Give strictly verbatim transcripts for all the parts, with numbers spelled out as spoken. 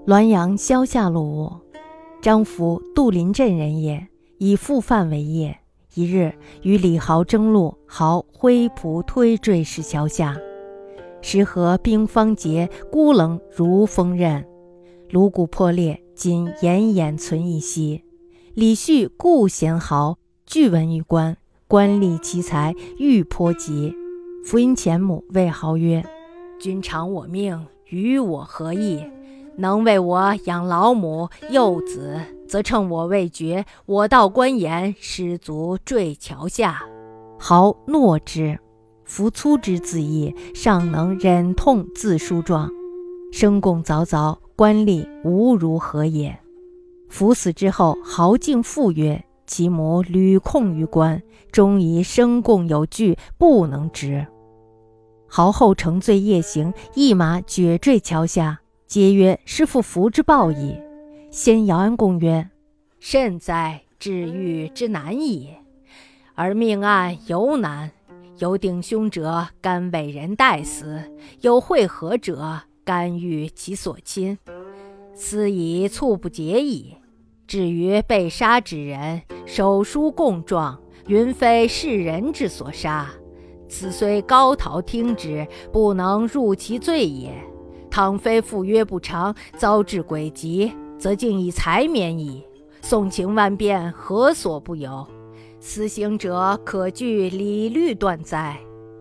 滦阳萧下鲁，张福杜林镇人也，以复犯为业。一日与李豪争路，豪挥仆推坠石桥下。时河冰方结，孤冷如风刃，颅骨破裂，仅奄奄存一息。李旭故贤豪，具闻于官，官吏其才，欲颇急。福因前母谓豪曰：君偿我命，与我何异？能为我养老母幼子，则称我未决，我到官言，失足坠桥下。豪诺之。夫粗之自缢，尚能忍痛自书状，生供凿凿，官吏无如何也。夫死之后，豪竟复曰：其母屡控于官，终以生供有据，不能直。豪后乘醉夜行，一马撅坠桥下，皆曰：师父福之报矣。先姚安公曰：甚哉，治狱之难矣！而命案尤难。有顶凶者，甘委人代死；有会合者，甘欲其所亲。斯已猝不及矣。至于被杀之人，手书供状，云非是人之所杀，此虽高陶听之，不能入其罪也。倘非赴约不偿，遭致诡疾，则竟以财免矣。纵情万变，何所不有？私行者可据理律断哉。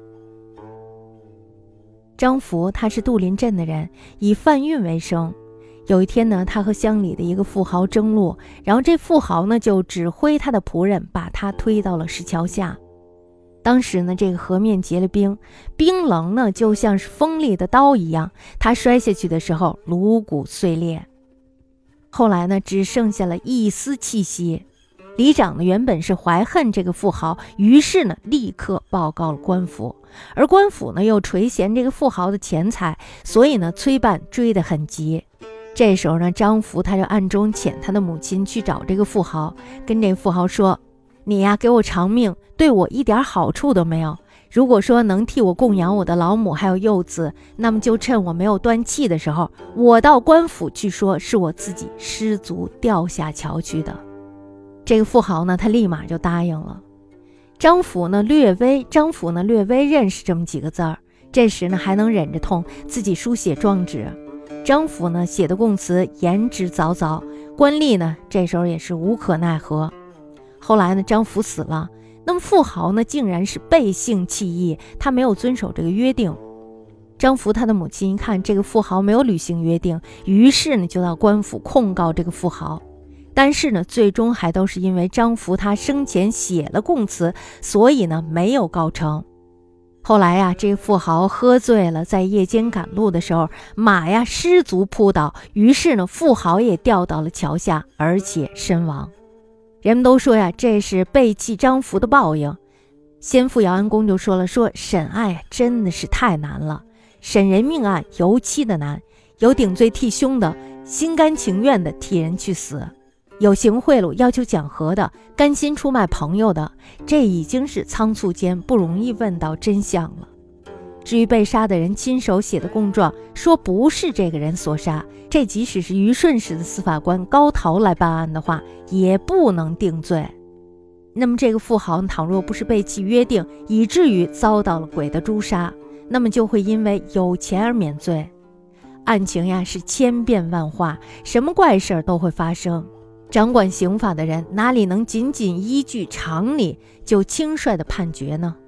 张福他是杜林镇的人，以贩运为生。有一天呢，他和乡里的一个富豪争路，然后这富豪呢就指挥他的仆人把他推到了石桥下。当时呢，这个河面结了冰，冰冷呢就像是锋利的刀一样，他摔下去的时候颅骨碎裂。后来呢，只剩下了一丝气息。里长呢原本是怀恨这个富豪，于是呢立刻报告了官府，而官府呢又垂涎这个富豪的钱财，所以呢催办追得很急。这时候呢，张福他就暗中遣他的母亲去找这个富豪，跟这个富豪说：你呀给我偿命，对我一点好处都没有。如果说能替我供养我的老母还有幼子，那么就趁我没有断气的时候，我到官府去说是我自己失足掉下桥去的。这个富豪呢，他立马就答应了。张福呢略微张福呢略微认识这么几个字儿，这时呢还能忍着痛自己书写状纸。张福呢写的供词言之凿凿，官吏呢这时候也是无可奈何。后来呢，张福死了，那么富豪呢竟然是背信弃义，他没有遵守这个约定。张福他的母亲一看这个富豪没有履行约定，于是呢就到官府控告这个富豪。但是呢，最终还都是因为张福他生前写了供词，所以呢没有告成。后来呀，这个富豪喝醉了，在夜间赶路的时候，马呀失足扑倒，于是呢富豪也掉到了桥下，而且身亡。人们都说呀，这是背弃张福的报应。先父姚安公就说了，说审案呀真的是太难了，审人命案尤其的难，有顶罪替凶的，心甘情愿的替人去死。有行贿赂要求讲和的，甘心出卖朋友的，这已经是仓促间不容易问到真相了。至于被杀的人亲手写的供状，说不是这个人所杀，这即使是虞舜时的司法官高陶来办案的话，也不能定罪。那么这个富豪倘若不是背弃约定，以至于遭到了鬼的诛杀，那么就会因为有钱而免罪。案情呀是千变万化，什么怪事都会发生。掌管刑法的人哪里能仅仅依据常理就轻率的判决呢？